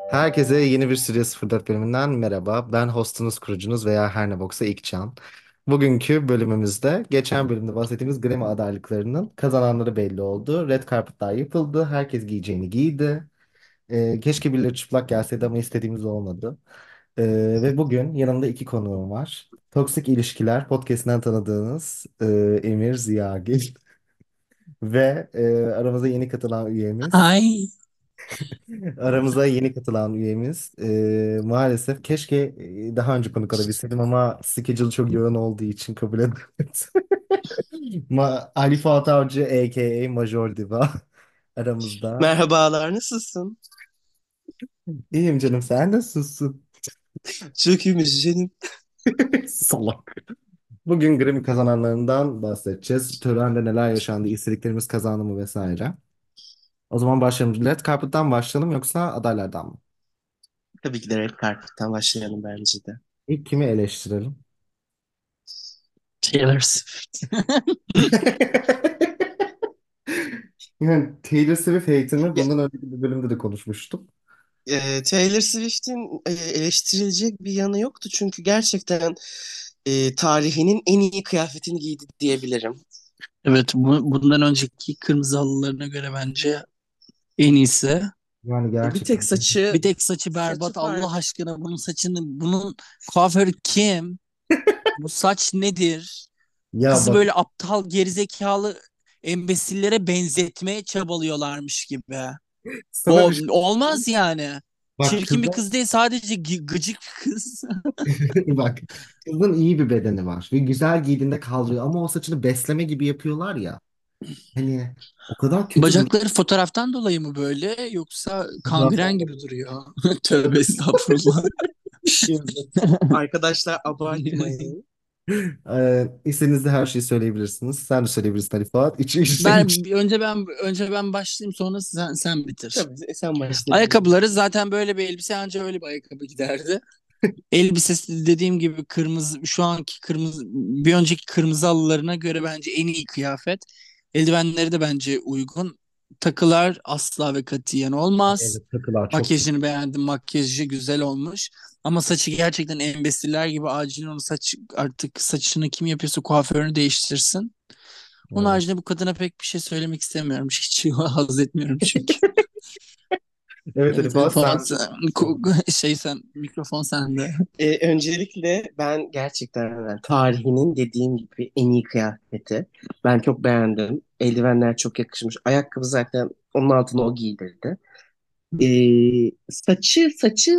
Herkese yeni bir Studio 04 bölümünden merhaba. Ben hostunuz, kurucunuz veya her ne boksa İlkcan. Bugünkü bölümümüzde geçen bölümde bahsettiğimiz Grammy adaylıklarının kazananları belli oldu. Red carpet'lar yapıldı. Herkes giyeceğini giydi. Keşke birileri çıplak gelseydi ama istediğimiz olmadı. Ve bugün yanımda iki konuğum var. Toksik İlişkiler podcast'inden tanıdığınız Emir Ziyagil ve aramıza yeni katılan üyemiz Ay. Aramıza yeni katılan üyemiz maalesef keşke daha önce konuk alabilseydim ama schedule çok yoğun olduğu için kabul edemedim. Ali Fuat Avcı a.k.a. Major Diva aramızda. Merhabalar, nasılsın? İyiyim canım, sen nasılsın? Çok iyi müzisyenim. Salak. Bugün Grammy kazananlarından bahsedeceğiz. Törende neler yaşandı, istediklerimiz kazandı mı vesaire. O zaman başlayalım. Red Carpet'tan başlayalım yoksa adaylardan mı? Tabii ki de Red Carpet'ten başlayalım bence de. İlk kimi eleştirelim? Taylor Swift. Yani Taylor Swift haterını Ya, bundan önceki bir bölümde de konuşmuştum. Taylor Swift'in eleştirilecek bir yanı yoktu çünkü gerçekten tarihinin en iyi kıyafetini giydi diyebilirim. Evet, bundan önceki kırmızı halılarına göre bence en iyisi. Yani Bir tek gerçekten. Bir saçı tek saçı saçı berbat. Allah farklı. aşkına bunun kuaförü kim? Bu saç nedir? Ya Kızı bak, böyle aptal gerizekalı embesillere benzetmeye çabalıyorlarmış gibi. sana O bir şey olmaz söyleyeyim. yani. Bak Çirkin bir kızın kız değil, sadece gıcık bir kız. bak kızın iyi bir bedeni var ve güzel giydiğinde kaldırıyor ama o saçını besleme gibi yapıyorlar ya. Hani o kadar kötü duruyor. Bacakları fotoğraftan dolayı mı böyle yoksa kangren Fotoğraflarda gibi duruyor? Tövbe estağfurullah. şimdi. Arkadaşlar abartmayın. İstediğinizde her şeyi söyleyebilirsiniz. Sen de söyleyebilirsin Ali Fuat. İçin. Önce ben başlayayım, sonra sen bitir. Tabii sen başlayabilirsin. Ayakkabıları zaten, böyle bir elbise anca öyle bir ayakkabı giderdi. Elbisesi dediğim gibi kırmızı, şu anki kırmızı, bir önceki kırmızı halılarına göre bence en iyi kıyafet. Eldivenleri de bence uygun. Takılar asla ve katiyen olmaz. Evet, takılar çok kötü. Makyajını beğendim. Makyajı güzel olmuş. Ama saçı gerçekten embesiller gibi, acil onu artık saçını kim yapıyorsa kuaförünü değiştirsin. Onun Evet. haricinde bu kadına pek bir şey söylemek istemiyorum. Hiç haz etmiyorum çünkü. Evet Ali Evet, evet, Fuat Fuat, sen. mikrofon sende. Öncelikle ben gerçekten tarihinin dediğim gibi en iyi kıyafeti. Ben çok beğendim. Eldivenler çok yakışmış. Ayakkabı zaten onun altına o giydirdi. Saçı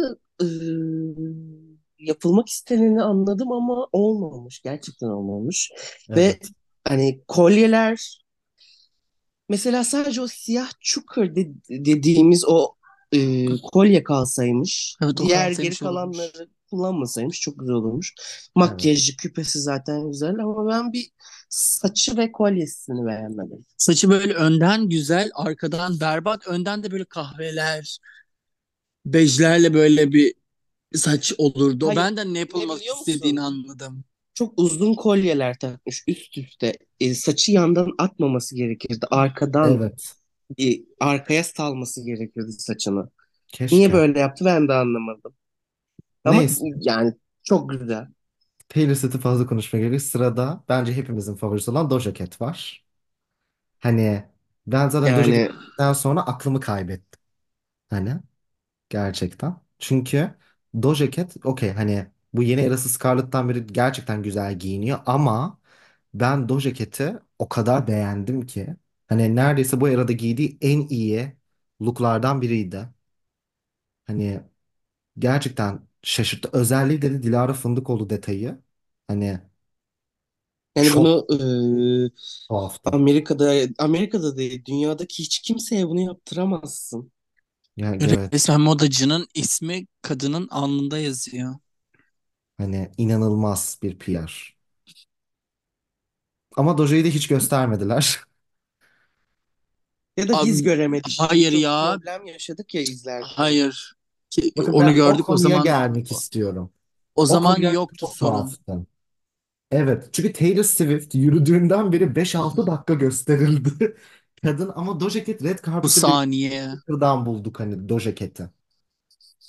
yapılmak isteneni anladım ama olmamış. Gerçekten olmamış. Ve Evet. hani kolyeler mesela sadece o siyah çukur dediğimiz o kolye kalsaymış. Evet, o Diğer geri kalsaymış olurmuş. kalanları kullanmasaymış çok güzel olurmuş. Evet. Makyajı, küpesi zaten güzel ama ben bir saçı ve kolyesini beğenmedim. Saçı böyle önden güzel, arkadan berbat. Önden de böyle kahveler, bejlerle böyle bir saç olurdu. Hayır, Ben de ne ne yapılmak biliyor istediğini musun? anladım. Çok uzun kolyeler takmış üst üste. Saçı yandan atmaması gerekirdi. Arkadan Evet. arkaya salması gerekirdi saçını. Niye Keşke. böyle yaptı ben de anlamadım. Ama Neyse. yani çok güzel. Taylor Swift'i fazla konuşmaya gerek yok. Sırada bence hepimizin favorisi olan Doja Cat var. Hani ben zaten Doja Yani Cat'ten sonra aklımı kaybettim. Hani gerçekten. Çünkü Doja Cat okey, hani bu yeni erası Scarlett'tan beri gerçekten güzel giyiniyor ama ben Doja Cat'i o kadar beğendim ki hani neredeyse bu erada giydiği en iyi looklardan biriydi. Hani gerçekten şaşırttı. Özellikle de Dilara Fındıkoğlu detayı hani yani çok bunu tuhaftı. Amerika'da değil dünyadaki hiç kimseye bunu yaptıramazsın. Yani evet, Resmen modacının ismi kadının alnında yazıyor. hani inanılmaz bir PR. Ama Doja'yı da hiç göstermediler. Ya da biz Abi, göremedik. Biz hayır çok ya. problem yaşadık ya izlerken. Hayır. Bakın Onu ben o gördük o konuya zaman. gelmek istiyorum. O O zaman konu gerçekten yoktu çok sorun. tuhaftı. Evet, çünkü Taylor Swift yürüdüğünden beri 5-6 dakika gösterildi. Kadın ama Doja Cat Red Bu Carpet'ı bir saniye. Twitter'dan bulduk hani Doja Cat'i.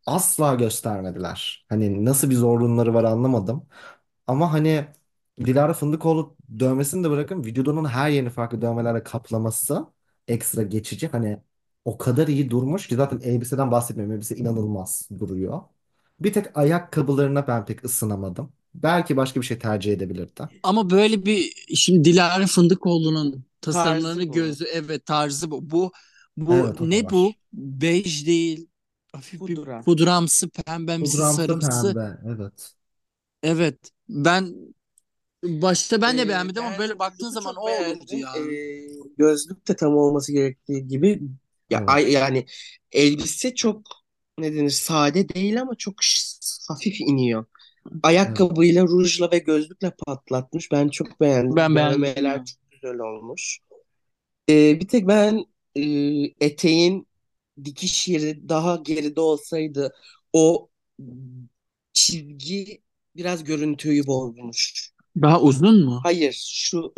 asla göstermediler. Hani nasıl bir zorunları var anlamadım. Ama hani Dilara Fındıkoğlu dövmesini de bırakın, vücudunun her yerini farklı dövmelerle kaplaması ekstra geçici. Hani o kadar iyi durmuş ki zaten elbiseden bahsetmiyorum. Elbise inanılmaz duruyor. Bir tek ayakkabılarına ben pek ısınamadım. Belki başka bir şey tercih edebilirdi. Ama böyle bir şimdi Dilara Fındıkoğlu'nun tasarımlarını Tarzı bu. gözü, evet, tarzı bu. Bu Evet, o da ne bu? var. Bej değil. Hafif bir Pudra. pudramsı, pembemsi, Pudramsı sarımsı. pembe. Evet. Evet. Başta ben de beğenmedim ama Ben böyle baktığın vücudu zaman çok o olurdu beğendim. ya. Gözlük de tam olması gerektiği gibi. Ya, Evet. yani elbise çok ne denir sade değil ama çok hafif iniyor. Evet. Ayakkabıyla, rujla ve gözlükle patlatmış. Ben çok beğendim. Ben beğendim Dövmeler ya. çok güzel olmuş. Bir tek ben e, eteğin dikiş yeri daha geride olsaydı o çizgi biraz görüntüyü bozmuş. Daha uzun mu? Hayır, şu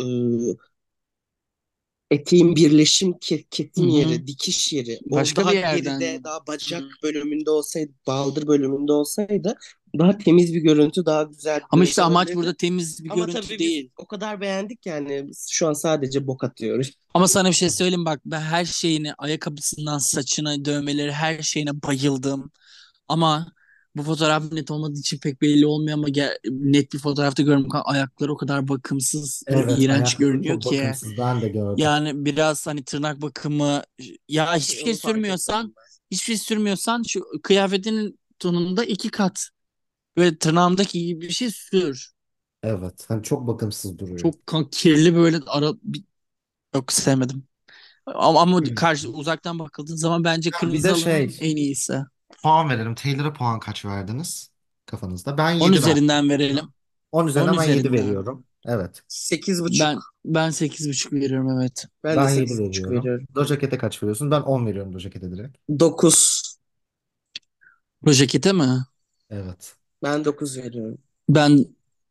eteğin birleşim Hı kesim hı. yeri, dikiş yeri. O Başka bir daha yerden mi? geride, daha Hı. bacak bölümünde olsaydı, baldır bölümünde olsaydı daha temiz bir görüntü, daha güzel bir Ama görüntü işte amaç olabilirdi. burada temiz bir Ama görüntü tabii biz değil. o kadar beğendik yani biz şu an sadece bok atıyoruz. Ama sana bir şey söyleyeyim, bak, ben her şeyine, ayakkabısından saçına, dövmeleri, her şeyine bayıldım. Ama bu fotoğraf net olmadığı için pek belli olmuyor ama net bir fotoğrafta görüyorum ki ayakları o kadar bakımsız ve Evet, iğrenç ayakları görünüyor çok ki. bakımsız. Ben de gördüm. Yani biraz hani tırnak bakımı, ya hiçbir şey Onu fark etmedim sürmüyorsan, ben. şu kıyafetinin tonunda iki kat böyle tırnağımdaki gibi bir şey sür. Evet. Hani çok bakımsız duruyor. Çok kirli böyle yok, sevmedim. Ama Evet. karşı uzaktan bakıldığın zaman bence Ya bir kırmızı de halının şey, en iyisi. puan verelim. Taylor'a puan kaç verdiniz kafanızda? Ben 10 7 verdim. üzerinden verelim. 10 10 üzerinden ben 7 üzerinden. veriyorum. Evet. 8,5. Ben 8,5 veriyorum, evet. Ben de Ben 7 8,5 veriyorum. veriyorum. Doja Cat'e kaç veriyorsun? Ben 10 veriyorum Doja Cat'e direkt. 9. Projekite mi? Evet. Ben 9 veriyorum. Ben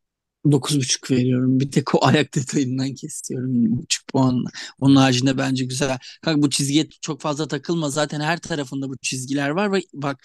9,5 veriyorum. Bir tek o ayak detayından kesiyorum 1,5 puan. Onun haricinde bence güzel. Kanka bu çizgiye çok fazla takılma. Zaten her tarafında bu çizgiler var ve bak,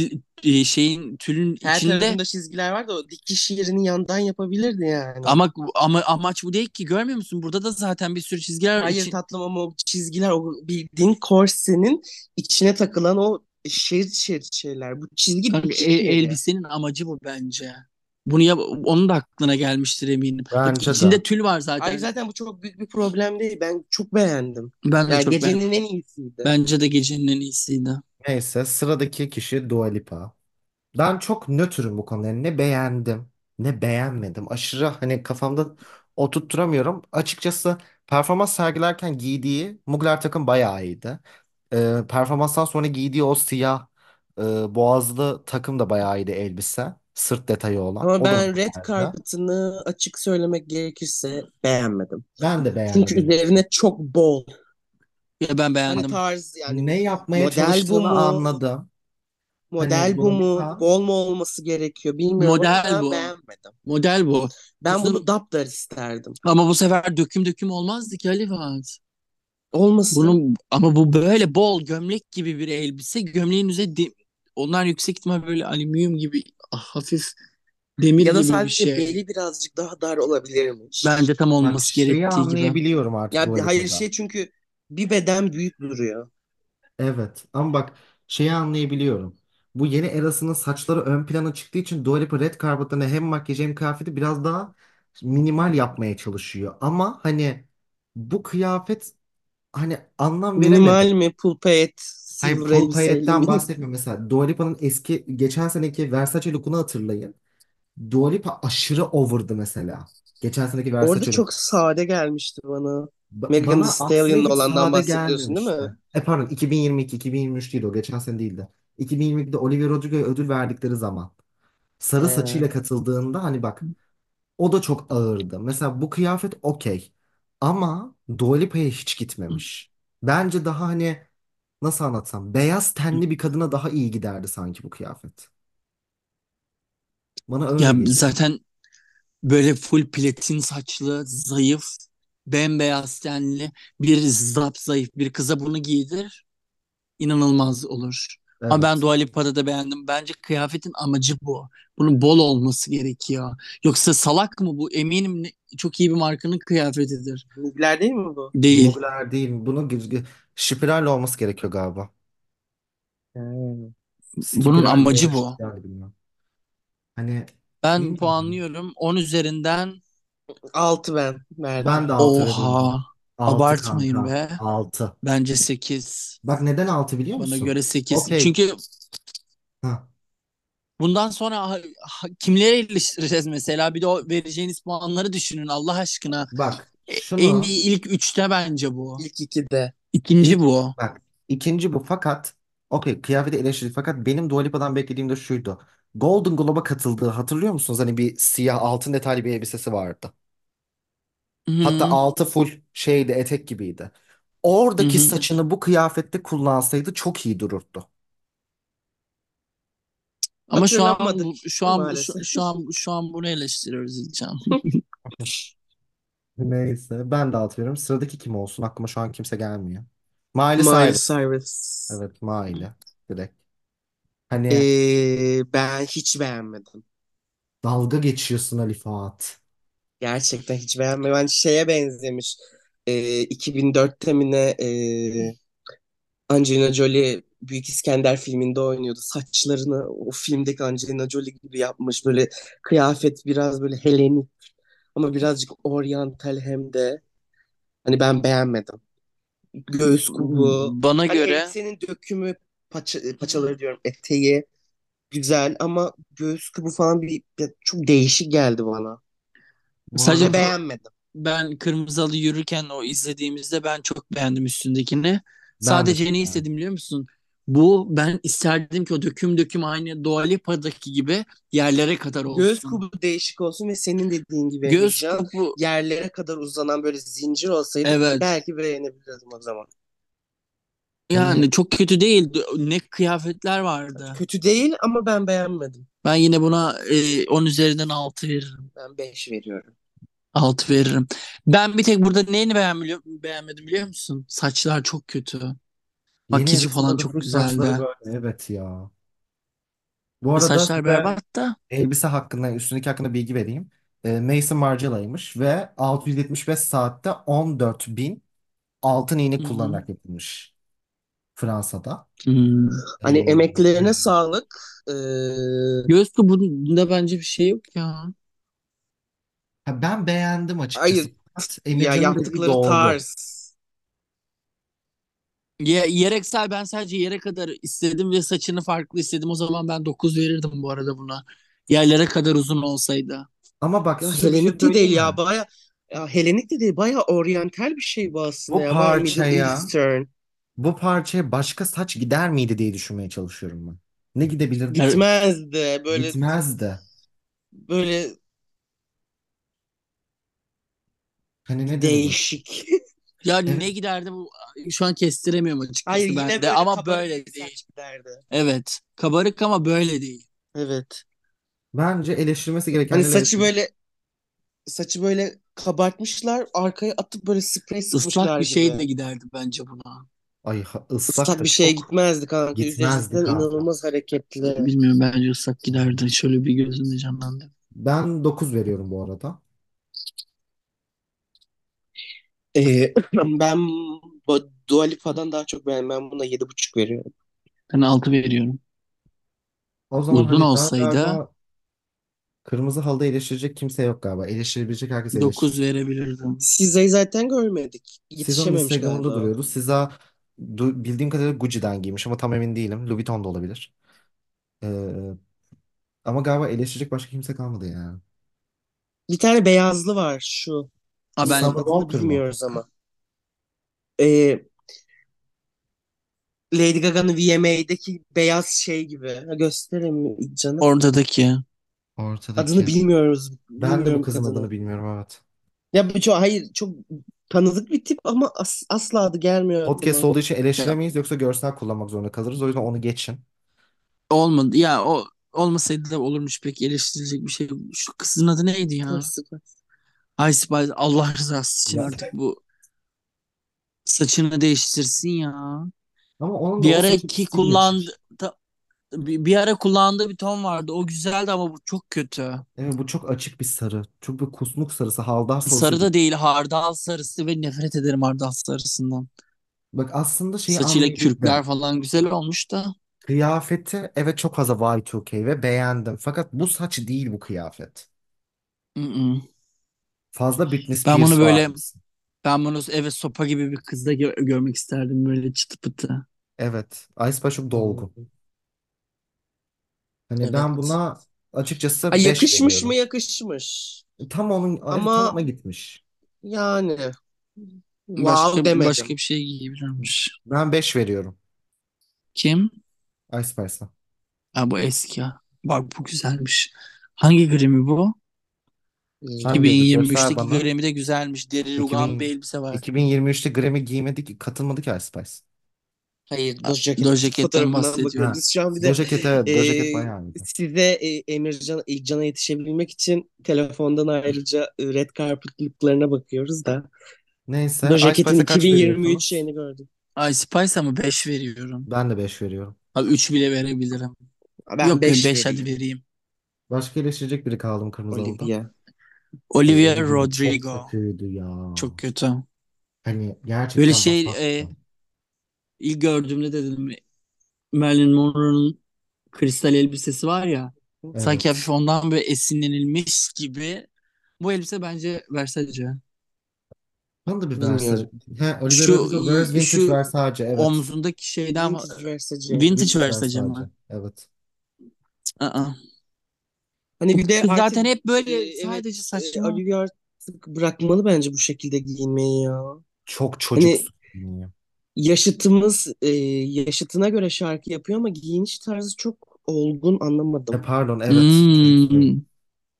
tülün Her içinde, tarafında çizgiler var da o dikiş yerini yandan yapabilirdi yani. ama amaç bu değil ki, görmüyor musun? Burada da zaten bir sürü çizgiler var. Hayır tatlım ama o çizgiler o bildiğin korsenin içine takılan o şerit şerit şeyler. Bu çizgi Kanka, dikiş yeri. elbisenin amacı bu bence. Bunu yap, onun da aklına gelmiştir eminim. Bak, Bence de. içinde tül var Ay zaten. zaten bu çok büyük bir problem değil. Ben çok beğendim. Ben de Yani çok beğendim. gecenin en iyisiydi. Bence de gecenin en iyisiydi. Neyse, sıradaki kişi Dua Lipa. Ben çok nötrüm bu konuda. Yani ne beğendim ne beğenmedim. Aşırı hani kafamda oturtturamıyorum. Açıkçası performans sergilerken giydiği Mugler takım bayağı iyiydi. Performanstan sonra giydiği o siyah boğazlı takım da bayağı iyiydi, elbise. Sırt detayı olan. Ama O da ben red güzeldi. carpet'ını açık söylemek gerekirse beğenmedim. Ben de Çünkü beğenmedim. üzerine çok bol. Ya ben Hani beğendim. tarz yani Ne yapmaya model bu çalıştığını mu? anladım. Hani Model bu Dua mu? Lipa, Bol mu olması gerekiyor bilmiyorum ama Model ben bu. beğenmedim. Model bu. Ben bunu Kızım, daptar isterdim. ama bu sefer döküm döküm olmazdı ki Ali Fuat. Olmasın. Ama bu böyle bol gömlek gibi bir elbise. Gömleğin üzerine onlar yüksek ihtimal böyle alüminyum gibi, hafif demir Ya da gibi bir sadece şey. beli birazcık daha dar olabilirmiş. Bence tam bak olması şeyi gerektiği gibi. anlayabiliyorum artık Ya Dua hayır Lipa'da. şey çünkü bir beden büyük duruyor. Evet ama bak, şeyi anlayabiliyorum. Bu yeni erasının saçları ön plana çıktığı için Dua Lipa red carpet'ını hem makyajı hem kıyafeti biraz daha minimal yapmaya çalışıyor. Ama hani bu kıyafet, hani anlam veremedim. Minimal mi? Pulpet, Hayır, silver pul elbiseyle payetten mini. bahsetmiyorum. Mesela Dua Lipa'nın eski geçen seneki Versace look'unu hatırlayın. Dua Lipa aşırı over'dı mesela. Geçen seneki Orada Versace look. çok sade gelmişti bana. Megan Thee Bana aksine Stallion'la hiç olandan sade bahsediyorsun değil gelmemişti. mi? Pardon, 2022, 2023 değil o. Geçen sene değildi. 2022'de Olivia Rodrigo'ya ödül verdikleri zaman. Sarı He. saçıyla katıldığında hani bak, o da çok ağırdı. Mesela bu kıyafet okey. Ama Dua Lipa'ya hiç gitmemiş. Bence daha hani, nasıl anlatsam, beyaz tenli bir kadına daha iyi giderdi sanki bu kıyafet. Bana öyle Ya geliyor. zaten böyle full platin saçlı, zayıf, bembeyaz tenli bir zayıf bir kıza bunu giydir, inanılmaz olur. Ama ben Evet. Dua Lipa'da da beğendim. Bence kıyafetin amacı bu. Bunun bol olması gerekiyor. Yoksa salak mı bu? Eminim çok iyi bir markanın kıyafetidir. Mugler değil mi bu? Değil. Mugler değil. Bunun şipiral olması gerekiyor galiba. Ha. Bunun Spiral mi ya da amacı bu. şipiral bilmiyorum. Hani Ben bilmiyorum. puanlıyorum. 10 üzerinden 6 ben verdim. Ben de 6 veriyorum. oha. 6 Abartmayın kanka. be. 6. Bence 8. Bak neden 6 biliyor Bana musun? göre 8. Okey. Çünkü Ha, bundan sonra kimleri eleştireceğiz mesela? Bir de o vereceğiniz puanları düşünün Allah aşkına. bak En şunu iyi ilk üçte bence bu. İlk 2'de. İkinci ilk bu. bak ikinci bu fakat okey kıyafeti eleştirdik fakat benim Dua Lipa'dan beklediğim de şuydu. Golden Globe'a katıldığı hatırlıyor musunuz? Hani bir siyah altın detaylı bir elbisesi vardı. Hatta Hı altı full şeydi etek gibiydi. hı. Oradaki Hı. saçını bu kıyafette kullansaydı çok iyi dururdu. Ama şu an Hatırlamadık maalesef. şu an bunu eleştiriyoruz İlcan. Neyse ben de atıyorum. Sıradaki kim olsun? Aklıma şu an kimse gelmiyor. Miley Miley Cyrus. Cyrus. Evet Miley. Direkt. Hani Ben hiç beğenmedim. dalga geçiyorsun Ali Fuat. Gerçekten hiç beğenmedim. Ben şeye benzemiş. 2004'te mi ne Angelina Jolie Büyük İskender filminde oynuyordu. Saçlarını o filmdeki Angelina Jolie gibi yapmış. Böyle kıyafet biraz böyle Helenik ama birazcık oryantal hem de. Hani ben beğenmedim. Göğüs kubu. Bana Hani göre elbisenin dökümü paçaları diyorum eteği güzel ama göğüs kubu falan çok değişik geldi bana. Bu sadece Ve arada beğenmedim. ben Kırmızı Halı yürürken o izlediğimizde ben çok beğendim üstündekini. ben de Sadece çok ne beğendim. istedim biliyor musun? Ben isterdim ki o döküm döküm aynı Dua Lipa'daki gibi yerlere kadar Göğüs olsun. kubu değişik olsun ve senin dediğin gibi Göğüs Emircan kupu yerlere kadar uzanan böyle zincir olsaydı evet. belki beğenebilirdim o zaman. Hani Yani çok kötü değil. Ne kıyafetler vardı. Kötü değil ama ben beğenmedim. Ben yine buna 10 üzerinden 6 veririm. Ben 5 veriyorum. 6 veririm. Ben bir tek burada neyini beğenmedim biliyor musun? Saçlar çok kötü. yeni Makyajı elbisesinde falan de çok full saçları güzeldi. böyle. Evet ya. Bu arada Saçlar size berbat da. elbise hakkında, üstündeki hakkında bilgi vereyim. Mason Margiela'ymış ve 675 saatte 14 bin altın iğne Hı hı. kullanarak yapılmış Fransa'da. Hmm. Hani Ee, emeklerine sağlık. Göğüs kabuğunda bence bir şey yok ya. ben beğendim açıkçası. Hayır Fakat ya Emircan'ın dediği yaptıkları doğru. tarz. Yereksel ben sadece yere kadar istedim ve saçını farklı istedim. O zaman ben 9 verirdim bu arada buna. Yerlere kadar uzun olsaydı. Ama bak Ya size bir şey Helenik de değil söyleyeyim ya mi? baya ya Helenik de değil baya oryantal bir şey bu aslında Bu ya baya Middle parçaya Eastern. bu parçaya başka saç gider miydi diye düşünmeye çalışıyorum ben. Ne gidebilirdi Evet. ki? Gitmezdi Gitmezdi. böyle Hani ne denir? değişik. Ya Evet. ne giderdi bu şu an kestiremiyorum Hayır açıkçası ben yine de böyle ama kabarık böyle bir değil. saç giderdi. Evet. Kabarık ama böyle değil. Evet. Bence eleştirilmesi Hani gerekenleri eleştirdik. saçı böyle kabartmışlar arkaya atıp böyle sprey Islak sıkmışlar bir şey de gibi. giderdi bence buna. Ay ıslak Islak da bir şeye çok gitmezdi kanka. gitmezdi Üzerinde kanka. inanılmaz hareketli. Bilmiyorum bence ıslak giderdi. Şöyle bir gözümde canlandı. Ben 9 veriyorum bu arada. Ben Dua Lipa'dan daha çok ben buna 7,5 veriyorum. Ben 6 veriyorum. O zaman Uzun hani daha olsaydı galiba kırmızı halıda eleştirecek kimse yok galiba. Eleştirebilecek herkes 9 eleştirdi. verebilirdim. Siza'yı zaten görmedik. Sezon'un Yetişememiş Instagram'ında galiba. duruyordu. Siza bildiğim kadarıyla Gucci'den giymiş ama tam emin değilim. Louis Vuitton da olabilir. Ee, ama galiba eleştirecek başka kimse kalmadı yani. Bir tane beyazlı var şu. Ha ben Summer Adını Walker mı? bilmiyoruz ama. Ee, Lady Gaga'nın VMA'deki beyaz şey gibi. Ha, göstereyim mi canım? oradaki. Adını Ortadaki. bilmiyoruz. Ben de bu Bilmiyorum kızın kadını. adını bilmiyorum evet. Ya hayır çok tanıdık bir tip ama asla adı gelmiyor Podcast aklıma. olduğu için Ya, eleştiremeyiz yoksa görsel kullanmak zorunda kalırız. O yüzden onu geçin. olmadı. Ya o olmasaydı da olurmuş pek eleştirilecek bir şey. Şu kızın adı neydi ya? Süper. Ay Spice Allah rızası için Ya. artık bu saçını değiştirsin ya. Ama onun da Bir o ara saçı ki kullandı pisliğiymiş. Bir ara kullandığı bir ton vardı. O güzeldi ama bu çok kötü. Evet, bu çok açık bir sarı. Çok bir kusmuk sarısı, haldar sarısı Sarı gibi. da değil, hardal sarısı ve nefret ederim hardal sarısından. Bak aslında şeyi Saçıyla kürkler anlayabilirim. falan güzel olmuş da. Kıyafeti evet çok fazla Y2K ve beğendim. Fakat bu saç değil bu kıyafet. Mm-mm. Fazla Britney Ben bunu Spears var böyle mısın? ben bunu evet sopa gibi bir kızda görmek isterdim böyle çıtı pıtı. Evet. Ice Spice çok dolgun. Hmm, Hani ben evet. buna Ha, açıkçası 5 yakışmış mı veriyorum. yakışmış. Tam onun evet tam Ama ona gitmiş. yani wow Başka demedim. bir şey giyebilirmiş. Ben 5 veriyorum. Kim? Ice Spice'a. Ha, bu eski ya. Bak bu güzelmiş. Hangi Grammy bu? Hangidir? Göster 2023'teki bana. Grammy de güzelmiş. Deri rugan bir 2000, elbise var. 2023'te Grammy giymedi, katılmadı ki Ice Spice. Hayır, Ha, Doja Cat Doja Jacket'ten fotoğrafından bakıyoruz. Ha. bahsediyorum. Biz şu an bir de Doja Cat evet. Doja Cat e, bayağı iyiydi. size Emircan, İlkcan'a yetişebilmek için telefondan ayrıca red carpet'lıklarına bakıyoruz da. Neyse. Doja Ice Cat'in Spice'a kaç 2023 veriyorsunuz? şeyini gördüm. Ay Spice ama 5 veriyorum. Ben de 5 veriyorum. Abi 3 bile verebilirim. Ben Yok 5 5 hadi vereyim. vereyim. Başka eleştirecek biri kaldı mı Kırmızı Halı'da? Olivia. Olivia Olivia çok Rodrigo. kötüydü ya. Çok kötü. Hani Böyle gerçekten şey vasattı. ilk gördüğümde dedim Marilyn Monroe'nun kristal elbisesi var ya. Sanki Evet. hafif ondan böyle esinlenilmiş gibi. Bu elbise bence Versace. Bana da bir Versace. Bilmiyorum. He, Olivia Şu Rodrigo Where's Vintage şu Versace. Evet. omzundaki şeyden Vintage Versace. vintage Vintage Versace Versace. mi? Evet. Aa. Hani Bu bir de kız artık zaten hep böyle evet, sadece saçma. Olivia artık bırakmalı bence bu şekilde giyinmeyi ya. Çok Hani çocuksu giyiniyor. yaşıtımız yaşıtına göre şarkı yapıyor ama giyiniş tarzı çok olgun, anlamadım. Pardon evet. Çünkü Hmm.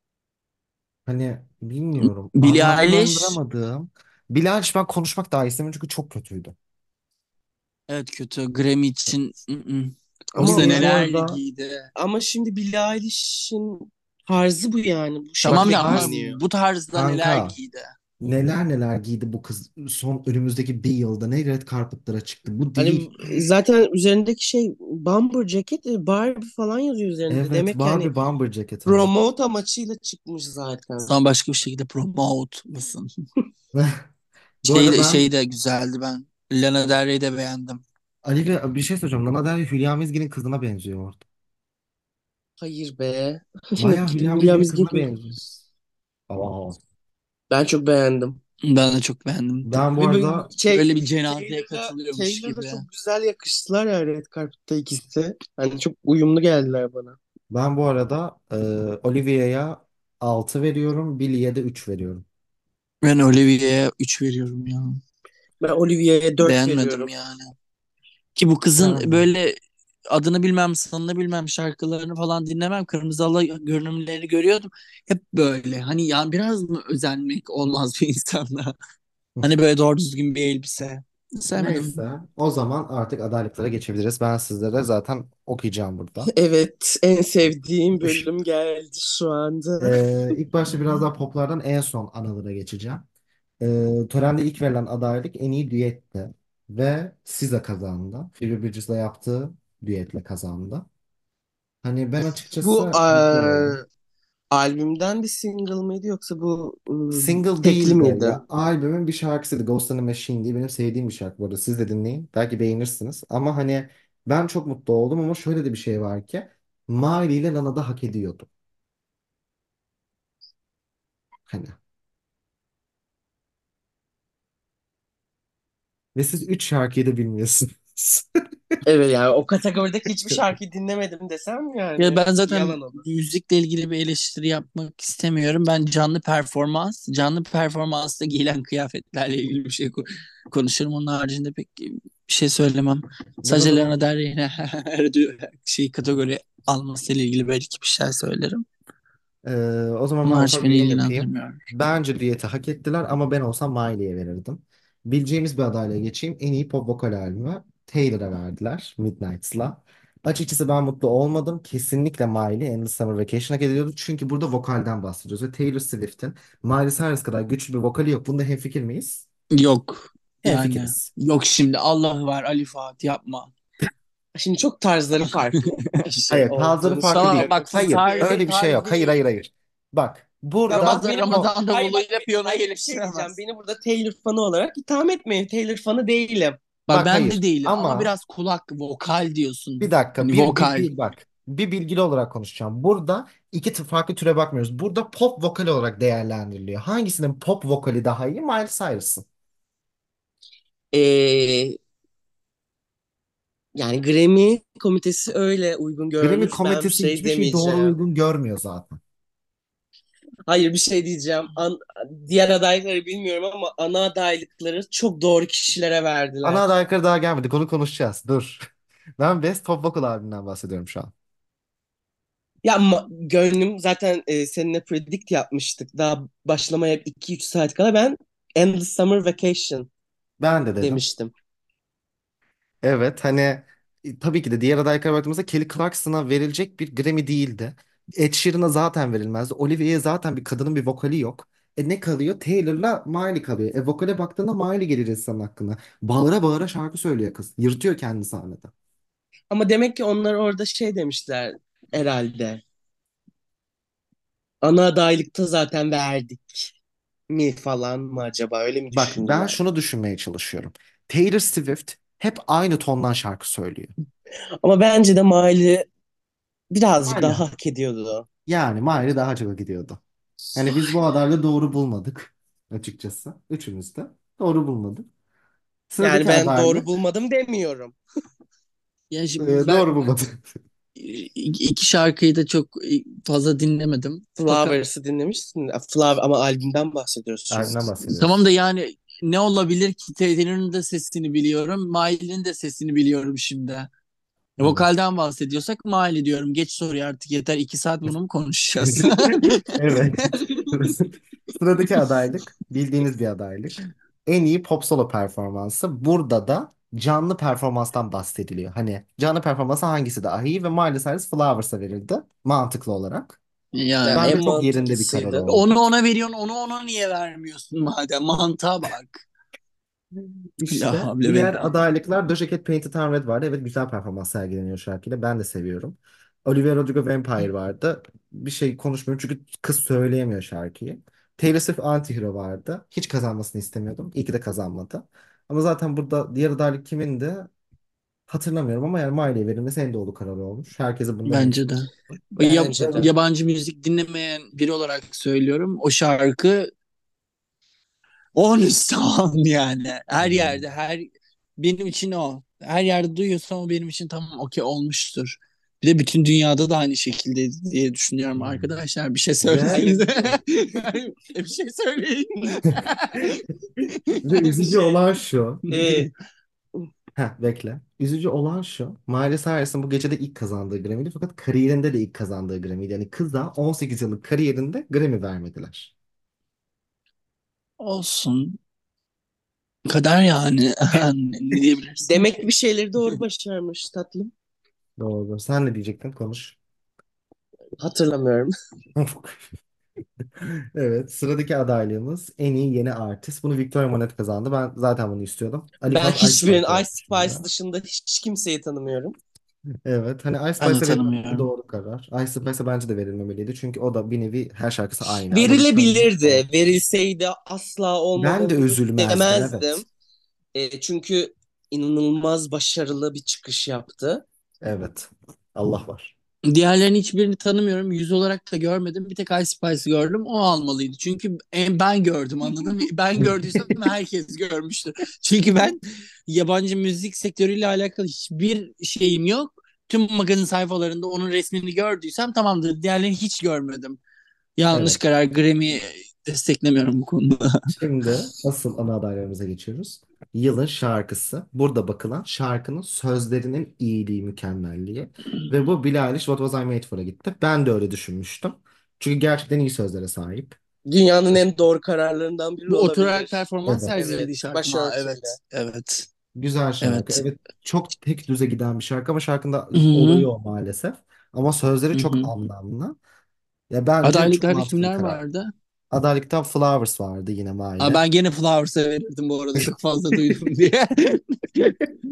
hani bilmiyorum. Billie Eilish. Anlamlandıramadığım. Billie Eilish ben konuşmak daha istemiyorum çünkü çok kötüydü. Evet kötü. Grammy için. Mm-mm. O Ama Olivia'ya bu seneler arada ligiydi. şimdi Billie Eilish'in tarzı bu yani. Bu Bak Tamam şekilde da ama tarz giyiniyor. bu tarzda neler kanka. giydi. Neler neler giydi bu kız son önümüzdeki bir yılda. Ne red carpet'lara çıktı. Bu Hani değil. zaten üzerindeki şey bomber ceket, Barbie falan yazıyor üzerinde. Evet Demek ki hani Barbie bomber ceket ama. promote amaçıyla çıkmış zaten. Sonra başka bir şekilde promote mısın? Bu arada ben Şey de güzeldi ben. Lana Del Rey'i de beğendim. Olivia bir şey söyleyeceğim. Lana Del Rey Hülya Mizgin'in kızına benziyor orada. Hayır be. Bayağı Hülya William Mizgin'in Izgin kızına kim? benziyor. Aa. Ben çok beğendim. Ben de çok beğendim. Ben bu Ve arada Böyle bir cenazeye katılıyormuş Taylor'da gibi. çok güzel yakıştılar ya red carpet'ta ikisi. Hani çok uyumlu geldiler bana. ben bu arada Olivia'ya 6 veriyorum. Billie'ye de 3 veriyorum. Ben Olivia'ya 3 veriyorum ya. Ben Olivia'ya 4 Beğenmedim veriyorum. yani. Ki bu kızın Yani böyle adını bilmem, sanını bilmem, şarkılarını falan dinlemem. Kırmızı Halı görünümlerini görüyordum. Hep böyle. Hani ya biraz mı özenmek olmaz bir insanda? Hani böyle doğru düzgün bir elbise. Sevmedim. neyse o zaman artık adaylıklara geçebiliriz. Ben sizlere zaten okuyacağım burada. Evet, en sevdiğim bölüm geldi şu anda. İlk başta biraz daha poplardan en son analara geçeceğim. Törende ilk verilen adaylık en iyi düetti. Ve SZA kazandı. Phoebe Bridgers'la yaptığı düetle kazandı. Hani ben Bu açıkçası mutlu oldum. albümden bir single mıydı yoksa bu Single tekli değil de miydi? ya albümün bir şarkısıydı. Ghost in a Machine diye benim sevdiğim bir şarkı bu arada. Siz de dinleyin. Belki beğenirsiniz. Ama hani ben çok mutlu oldum ama şöyle de bir şey var ki Miley ile Lana da hak ediyordu. Hani. Ve siz 3 şarkıyı da bilmiyorsunuz. Evet, yani o kategorideki hiçbir şarkıyı dinlemedim desem Ya yani ben zaten yalan olur. müzikle ilgili bir eleştiri yapmak istemiyorum. Ben canlı performansta giyilen kıyafetlerle ilgili bir şey konuşurum. Onun haricinde pek bir şey söylemem. Ben o Sadece Lana zaman Del Rey'in her şey kategori almasıyla ilgili belki bir şey söylerim. Ee, o zaman Onun ben hariç ufak bir beni yorum yapayım. ilgilendirmiyor. Bence düeti hak ettiler ama ben olsam Miley'e verirdim. Bileceğimiz bir adayla geçeyim. En iyi pop vokal albümü Taylor'a verdiler Midnight's'la. Açıkçası ben mutlu olmadım. Kesinlikle Miley Endless Summer Vacation hak ediyordu. Çünkü burada vokalden bahsediyoruz. Ve Taylor Swift'in Miley Cyrus kadar güçlü bir vokali yok. Bunda hemfikir miyiz? Yok yani. Hemfikiriz. Yok şimdi Allah var Ali Fuat yapma. Şimdi çok tarzları farklı bir şey Hayır, tarzları olduğunu farklı Tamam değil. söylüyorum. bak, Hayır, tarz öyle bir şey tarz yok. Hayır, değil. hayır, hayır. Bak, Ya bak burada beni burada Ramazan hayır bak, davuluyla piyano hayır bir şey diyeceğim. geliştiremez. Beni burada Taylor fanı olarak itham etmeyin. Taylor fanı değilim. Bak bak ben de hayır. değilim ama Ama biraz kulak vokal bir diyorsun. dakika, Hani vokal. bak. Bir bilgili olarak konuşacağım. Burada iki farklı türe bakmıyoruz. Burada pop vokal olarak değerlendiriliyor. Hangisinin pop vokali daha iyi? Miley Cyrus'ın. Ee, Yani Grammy komitesi öyle uygun Grammy görmüş. Ben bir komitesi şey hiçbir şeyi doğru demeyeceğim. uygun görmüyor zaten. Hayır bir şey diyeceğim. Diğer adayları bilmiyorum ama ana adaylıkları çok doğru kişilere Ana verdiler. adaylıkları daha gelmedi. Konu konuşacağız. Dur. Ben Best Pop Vocal albümünden bahsediyorum şu an. Ya gönlüm zaten seninle predict yapmıştık. Daha başlamaya 2-3 saat kala ben Endless Summer Vacation Ben de dedim. demiştim. Evet, hani tabii ki de diğer adaylıklara baktığımızda Kelly Clarkson'a verilecek bir Grammy değildi. Ed Sheeran'a zaten verilmezdi. Olivia'ya zaten bir kadının bir vokali yok. Ne kalıyor? Taylor'la Miley kalıyor. Vokale baktığında Miley gelir insanın hakkında. Bağıra bağıra şarkı söylüyor kız. Yırtıyor kendini sahnede. Ama demek ki onlar orada şey demişler herhalde. Ana adaylıkta zaten verdik mi falan mı acaba öyle mi Bak, ben düşündüler? şunu düşünmeye çalışıyorum. Taylor Swift hep aynı tondan şarkı söylüyor. Ama bence de Miley birazcık Miley. daha hak ediyordu. Yani Miley daha çok gidiyordu. Yani biz bu adayla doğru bulmadık açıkçası. Üçümüz de doğru bulmadık. Yani Sıradaki ben doğru adaylık bulmadım demiyorum. Ya şimdi ben doğru bulmadık. iki şarkıyı da çok fazla dinlemedim. Fakat Flowers'ı dinlemişsin. Flower ama albümden bahsediyoruz şu an. Albümden tamam bahsediyoruz. da yani ne olabilir ki? Taylor'ın da sesini biliyorum. Miley'nin de sesini biliyorum şimdi. Hı. Vokalden bahsediyorsak Miley diyorum. Geç soruyu artık, yeter. 2 saat bunu mu konuşacağız? Evet. Sıradaki adaylık bildiğiniz bir adaylık. En iyi pop solo performansı. Burada da canlı performanstan bahsediliyor. Hani canlı performansı hangisi daha iyi ve Miley Cyrus Flowers'a verildi mantıklı olarak. Yani Yani Bence en çok yerinde bir karar mantıklısıydı. oldu. onu ona veriyorsun, onu ona niye vermiyorsun madem? Mantığa bak. La İşte havle ve diğer adaylıklar Doja Cat Painted on Red vardı. Evet, güzel performans sergileniyor şarkıyla. Ben de seviyorum. Olivia Rodrigo Vampire vardı. Bir şey konuşmuyorum çünkü kız söyleyemiyor şarkıyı. Taylor Swift Antihero vardı. Hiç kazanmasını istemiyordum. İyi ki de kazanmadı. Ama zaten burada diğer adaylık kimindi hatırlamıyorum ama yani Miley'e verilmesi en doğru karar olmuş. Herkese bundan bence de. hemfikir. Bence de. Yabancı müzik dinlemeyen biri olarak söylüyorum. O şarkı 10 üstü yani. Her Hmm. yerde, benim için o. Her yerde duyuyorsam o benim için tamam, okey olmuştur. Bir de bütün dünyada da aynı şekilde diye düşünüyorum Hmm. arkadaşlar. Bir şey Ve söylesenize. Bir şey söyleyin. ve Bir üzücü şey. olan şu. Ee, Bekle. Üzücü olan şu. Miley Cyrus'ın bu gecede ilk kazandığı Grammy'di fakat kariyerinde de ilk kazandığı Grammy'ydi. Yani kıza 18 yıllık kariyerinde Grammy vermediler. Olsun. Kader yani. Ne diyebilirsin Demek ki? bir şeyleri doğru başarmış tatlım. Doğru. Sen ne diyecektin? Konuş. Hatırlamıyorum. Evet. Sıradaki adaylığımız en iyi yeni artist. Bunu Victoria Monet kazandı. Ben zaten bunu istiyordum. Ali Ben Fuat Ice hiçbirini Spice Ice yarışmada. Spice dışında hiç kimseyi tanımıyorum. Evet. Hani Ice Ben de Spice'a verilmesi tanımıyorum. doğru karar. Ice Spice'a bence de verilmemeliydi. Çünkü o da bir nevi her şarkısı aynı. Adamın kendini Verilebilirdi. Verilseydi asla ben de olmamalı üzülmezdim. Evet. demezdim. Çünkü inanılmaz başarılı bir çıkış yaptı. Evet. Allah var. Diğerlerinin hiçbirini tanımıyorum. Yüz olarak da görmedim. Bir tek Ice Spice'ı gördüm. O almalıydı. Çünkü ben gördüm, anladın mı? Ben gördüysem herkes görmüştür. Çünkü ben yabancı müzik sektörüyle alakalı hiçbir şeyim yok. Tüm magazin sayfalarında onun resmini gördüysem tamamdır. Diğerlerini hiç görmedim. Yanlış Evet. karar. Grammy desteklemiyorum bu konuda. Şimdi asıl ana adaylarımıza geçiyoruz. Yılın şarkısı. Burada bakılan şarkının sözlerinin iyiliği, mükemmelliği. Ve bu Billie Eilish What Was I Made For'a gitti. Ben de öyle düşünmüştüm. Çünkü gerçekten iyi sözlere sahip. Dünyanın en doğru kararlarından biri Bu oturarak olabilir. performans Evet. sergilediği Evet, şarkı mı? başörtüyle. Evet. Evet. Güzel şarkı. Evet. Evet, çok tek düze giden bir şarkı ama şarkının Hı-hı. olayı o maalesef. Ama sözleri çok Hı-hı. anlamlı. Ya bence çok Adaylıklarda mantıklı bir kimler karar. vardı? Adalet'ten Flowers vardı yine Aa, Maile. ben gene Flowers'a verirdim bu arada, çok fazla duydum diye.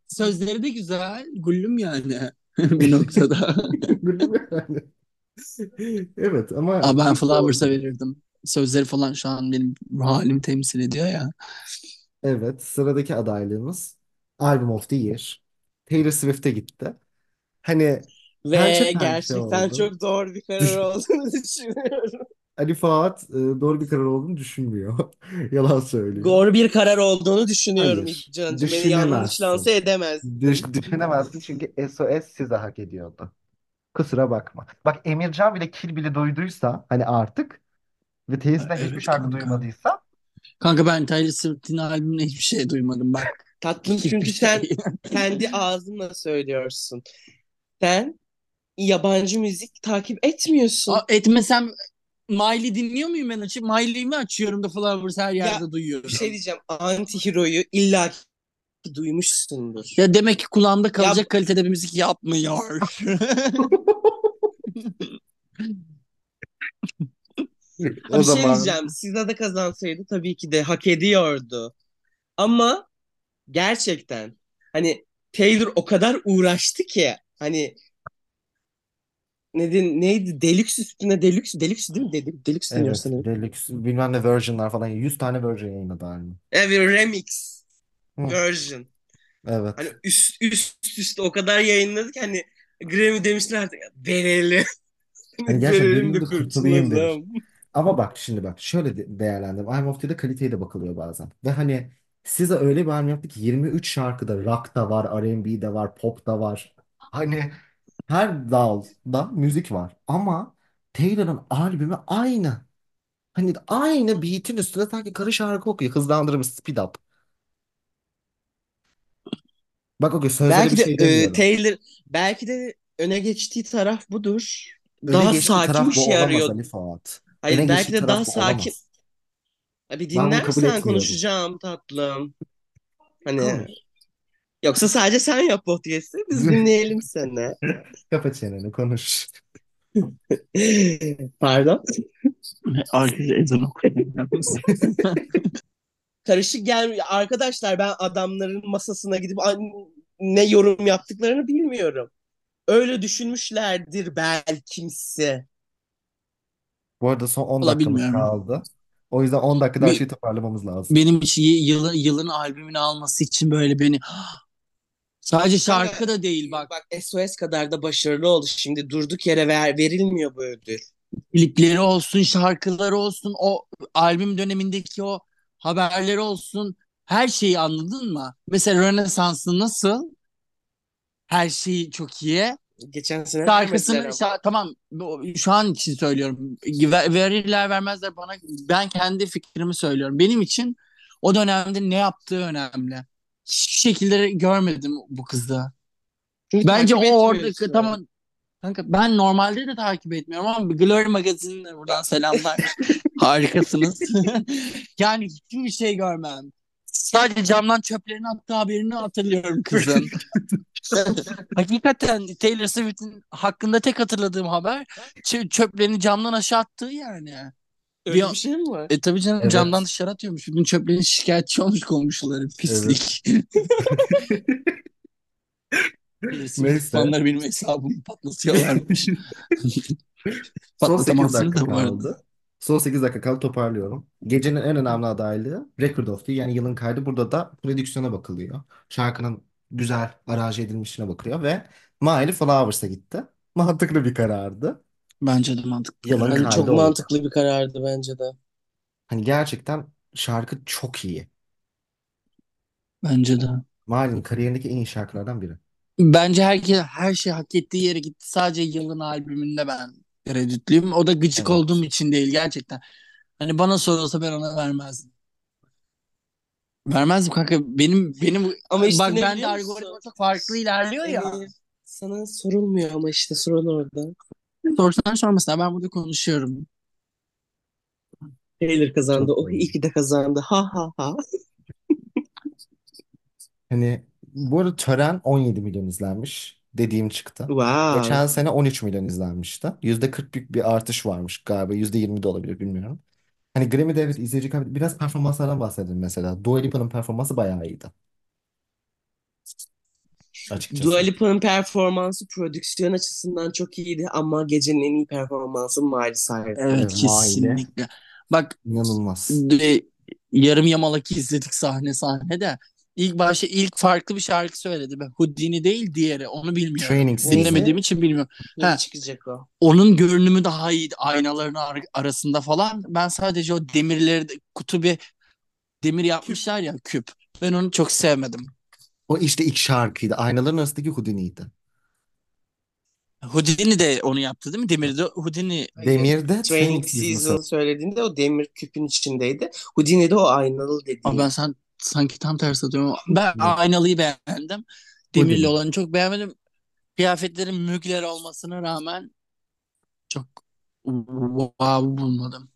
Sözleri de güzel. Gullüm yani bir noktada. Yani. Evet ama Aa, ben çok Flowers'a doğru. verirdim. Sözleri falan şu an benim ruh halimi temsil ediyor ya. Evet, sıradaki adaylığımız Album of the Year. Taylor Swift'e gitti. Hani Ve gerçekten şey gerçekten oldu. çok doğru bir karar Düş olduğunu düşünüyorum. Ali Fuat doğru bir karar olduğunu düşünmüyor. Yalan söylüyor. Doğru bir karar olduğunu düşünüyorum Hayır, İlkcan'cığım. Beni yanlış düşünemezsin. lanse edemezsin. Düşünemezsin çünkü SOS size hak ediyordu. Kusura bakma. Bak Emircan bile Kill Bill'i duyduysa hani artık ve Taylor'dan hiçbir Evet şarkı kanka. duymadıysa Kanka ben Taylor Swift'in albümüne hiçbir şey duymadım bak. Tatlım Hiçbir çünkü sen şey. kendi ağzınla söylüyorsun. Sen yabancı müzik takip etmiyorsun. Etmesem Miley dinliyor muyum ben açıp? Miley'i mi açıyorum da Flowers her Ya yerde bir şey duyuyorum. diyeceğim. Anti-Hero'yu illa ki duymuşsundur. Ya demek ki kulağımda Ya kalacak kalitede bir müzik yapmıyor. o bir şey zaman diyeceğim. Size de kazansaydı tabii ki de hak ediyordu. Ama gerçekten hani Taylor o kadar uğraştı ki hani neydi Deluxe üstüne Deluxe değil mi? Deluxe dinliyoruz evet sanırım. Deluxe bilmem ne versionlar falan 100 tane version yayınladı halini. Evet, remix Hı, version. Hani evet. üst üste o kadar yayınladık ki hani Grammy demişler artık verelim. Hani Hani gerçekten verelim vereyim de de kurtulayım demiş. kurtulalım. Ama bak şimdi bak şöyle değerlendim. I'm of The'de kaliteye de bakılıyor bazen. Ve hani size öyle bir albüm yaptı ki 23 şarkıda rock da var, R&B de var, pop da var. Hani her dalda müzik var. Ama Taylor'ın albümü aynı. Hani aynı beat'in üstüne sanki karı şarkı okuyor. Hızlandırmış speed up. Bak o sözlere bir Belki de şey demiyorum. Taylor belki de öne geçtiği taraf budur. Öne Daha geçtiği sakin bir taraf bu şey olamaz arıyor. Ali Fuat. Öne Hayır belki geçtiği de daha taraf bu sakin. olamaz. Bir Ben bunu kabul dinlersen etmiyorum. konuşacağım tatlım. Hani Konuş. yoksa sadece sen yap podcast'i biz dinleyelim seni. Kapa çeneni konuş. Pardon. Arkadaşlar ezan okuyorum yalnız. Karışık gel arkadaşlar ben adamların masasına gidip ne yorum yaptıklarını bilmiyorum. Öyle düşünmüşlerdir belkimsi. Bu arada son 10 Valla dakikamız bilmiyorum. kaldı. O yüzden 10 dakikada her Bir, şeyi toparlamamız lazım. benim için yılın albümünü alması için böyle beni sadece Kanka şarkı da değil bak. bak SOS kadar da başarılı oldu. Şimdi durduk yere verilmiyor bu ödül. Klipleri olsun, şarkıları olsun, o albüm dönemindeki o haberleri olsun. Her şeyi anladın mı? Mesela Rönesans'ı nasıl? Her şeyi çok iyi. Geçen sene vermediler Şarkısını ama. tamam şu an için söylüyorum. Verirler vermezler bana ben kendi fikrimi söylüyorum. Benim için o dönemde ne yaptığı önemli. Hiçbir şekilde görmedim bu kızda. Çünkü Bence takip o orada etmiyorsun. tamam kanka ben normalde de takip etmiyorum ama Glory Magazine'e buradan selamlar. Harikasınız. Yani hiçbir şey görmem. Sadece camdan çöplerini attığı haberini hatırlıyorum kızın. Hakikaten Taylor Swift'in hakkında tek hatırladığım haber çöplerini camdan aşağı attığı yani. Bir, Öyle bir şey mi var? tabii canım camdan Evet. dışarı atıyormuş. Bütün çöplerini şikayetçi olmuş komşuları. Evet. Pislik. Taylor Swift Neyse. fanları benim hesabımı patlatıyorlarmış. Son 8 Patlatamazsınız dakika da bu arada. kaldı. Son 8 dakika kaldı toparlıyorum. Gecenin en önemli adaylığı Record of the yani yılın kaydı. Burada da prodüksiyona bakılıyor. Şarkının güzel aranje edilmişine bakılıyor ve Miley Flowers'a gitti. Mantıklı bir karardı. Bence de mantıklı Yılın karar. Yani çok kaydı oldu. mantıklı bir karardı bence de. Hani gerçekten şarkı çok iyi. Bence de. Miley'nin kariyerindeki en iyi şarkılardan biri. Bence herkes her şey hak ettiği yere gitti. Sadece yılın albümünde ben tereddütlüyüm. O da gıcık Evet. olduğum için değil gerçekten. Hani bana sorulsa ben ona vermezdim. Vermezdim kanka. Benim Ama işte bak ne bende biliyor algoritma musun? çok farklı ilerliyor ya. Emir sana sorulmuyor ama işte sorun orada. Sorsan sormasın ben burada konuşuyorum. Taylor kazandı. Çok Oh doğru. iyi ki de kazandı. Ha ha ha. Hani bu arada Tören 17 milyon izlenmiş. Dediğim çıktı. Wow. Geçen sene 13 milyon izlenmişti. %40 büyük bir artış varmış galiba. %20 de olabilir bilmiyorum. Hani Grammy'de evet izleyici biraz performanslardan bahsedelim mesela. Dua Lipa'nın performansı bayağı iyiydi. Dua açıkçası. Lipa'nın performansı prodüksiyon açısından çok iyiydi ama gecenin en iyi performansı Miley Cyrus'tı. Evet, Maile kesinlikle. Bak, inanılmaz. de, yarım yamalak izledik sahne sahne de. İlk başta ilk farklı bir şarkı söyledi. Ben Houdini değil, diğeri. Onu bilmiyorum. Training Season. Dinlemediğim Neydi? için bilmiyorum. Yeni Ha, çıkacak o. onun görünümü daha iyiydi. Aynaların arasında falan. Ben sadece o demirleri, kutu bir demir Küp. yapmışlar ya, küp. Ben onu çok sevmedim. O işte ilk şarkıydı. Aynaların arasındaki Houdini'ydi. Houdini de onu yaptı değil mi? Demirde Houdini. Hayır. Demir'de Training Training Season'ı Season söylediğinde o demir küpün içindeydi. Houdini de o aynalı Ama ben dediğin. sanki tam tersi atıyorum. Ben söyledi. aynalıyı beğendim. Demirli Houdini. olanı çok beğenmedim. Kıyafetlerin mügler olmasına rağmen çok wow bulmadım.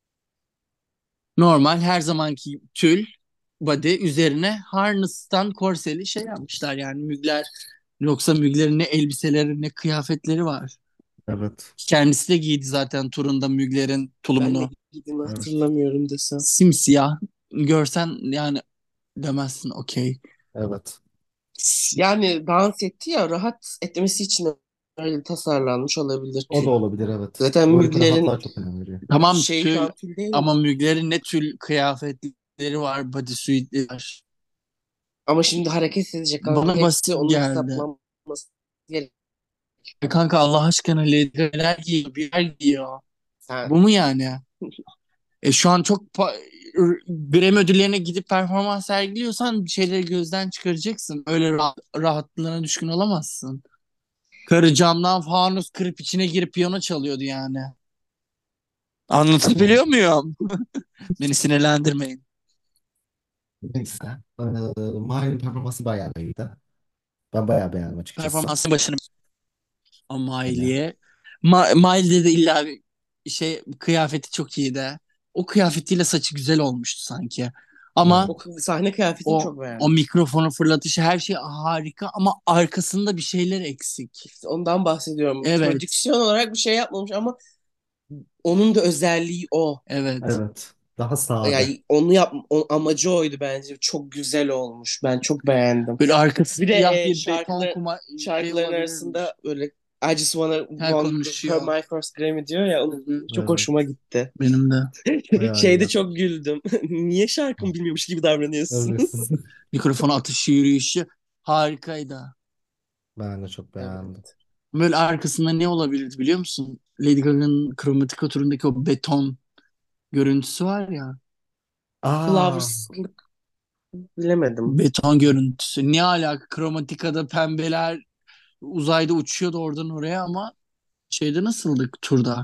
Normal her zamanki tül body üzerine harness'tan korseli şey yapmışlar yani mügler. Yoksa müglerin ne elbiseleri ne kıyafetleri var. Evet. Kendisi de giydi zaten turunda müglerin Ben ne tulumunu. giydiğimi Evet. hatırlamıyorum desem. Simsiyah. Görsen yani demezsin okey. Evet. Yani dans etti ya, rahat etmesi için öyle tasarlanmış olabilir O da tül. olabilir, evet. Zaten Bu arada Mugler'in rahatlığa çok önem veriyor. Tamam şey tül, falan tül değil ama mi? müglerin ne tül kıyafetleri var, bodysuitleri var. Ama şimdi hareket edecek kanka. Bana Hepsi basit onun geldi. hesaplanması gerek. Kanka Allah aşkına Lady Gaga'lar giyiyor, bir yer giyiyor. Sen Bu mu yani? Şu an çok Grammy ödüllerine gidip performans sergiliyorsan bir şeyleri gözden çıkaracaksın. Öyle rahatlığına düşkün olamazsın. Karı camdan fanus kırıp içine girip piyano çalıyordu yani. Anlatabiliyor muyum? Beni sinirlendirmeyin. Neyse. Mahir'in performansı bayağı iyiydi. Ben bayağı beğendim açıkçası. Performansın başını ama Hani. Miley'e. Miley'de de illa bir şey, kıyafeti çok iyiydi. O kıyafetiyle saçı güzel olmuştu sanki. Ama Evet. o sahne kıyafetini o çok o beğendim. mikrofonu fırlatışı her şey harika ama arkasında bir şeyler eksik. İşte ondan bahsediyorum. Evet. Prodüksiyon olarak bir şey yapmamış ama onun da özelliği o. Evet. Evet. Daha sade. Yani amacı oydu bence. Çok güzel olmuş. Ben çok beğendim. Böyle arkası Bir de siyah bir beton şarkılar kuma şey şarkıların olabilirmiş. arasında böyle I just wanna Her want her konuşuyor. my first Grammy diyor ya, Hı hı. çok Evet. hoşuma gitti. Benim de. Bayağı iyi Şeyde yaptı. çok güldüm. Niye şarkımı bilmiyormuş gibi davranıyorsunuz? Evet. Mikrofon atışı, yürüyüşü harikaydı. Ben de çok beğendim. Evet. Böyle arkasında ne olabilirdi biliyor musun? Lady Gaga'nın kromatik oturumdaki o beton görüntüsü var ya. Aa, Flowers bilemedim. Beton görüntüsü. Ne alaka? Kromatika'da pembeler uzayda uçuyordu oradan oraya ama şeyde nasıldık turda?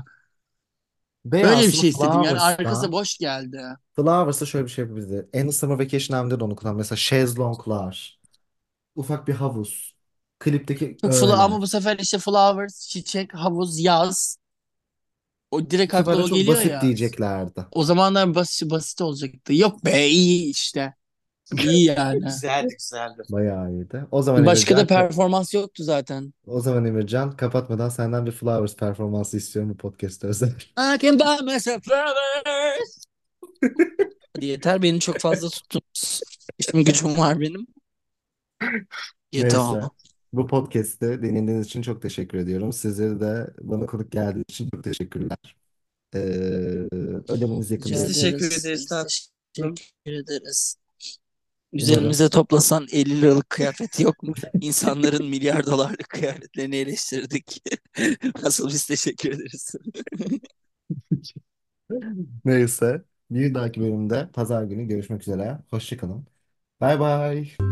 ve Öyle bir aslında şey istedim. Yani arkası Flowers'ta boş geldi. Şöyle bir şey yapabiliriz. En Summer Vacation'da da onu kullan. Mesela şezlonglar, ufak bir havuz. Klipteki Çok öyle. ama bu sefer işte flowers, çiçek, havuz, yaz. O Bu direkt sefer akla de o çok geliyor basit ya. diyeceklerdi. O zamanlar basit basit olacaktı. Yok be, iyi işte. İyi yani. Güzeldi, güzeldi. Bayağı iyiydi. O zaman Başka da Emircan, performans yoktu zaten. kapatmadan senden bir Flowers performansı istiyorum bu podcast'te özel. I can buy myself flowers. Hadi yeter, beni çok fazla tuttunuz. İşim gücüm var benim. Yeter Neyse. ama. Bu podcast'te dinlediğiniz için çok teşekkür ediyorum. Sizlere de bana konuk geldiği için çok teşekkürler. Ee, ödemeniz Rica Biz yakında. teşekkür ederiz. ederiz Biz tatlım. teşekkür ederiz. Umarım. Üzerimize toplasan 50 liralık kıyafet yok mu? İnsanların milyar dolarlık kıyafetlerini eleştirdik. Asıl biz teşekkür ederiz. Neyse. Bir dahaki bölümde pazar günü görüşmek üzere. Hoşça kalın. Bay bay.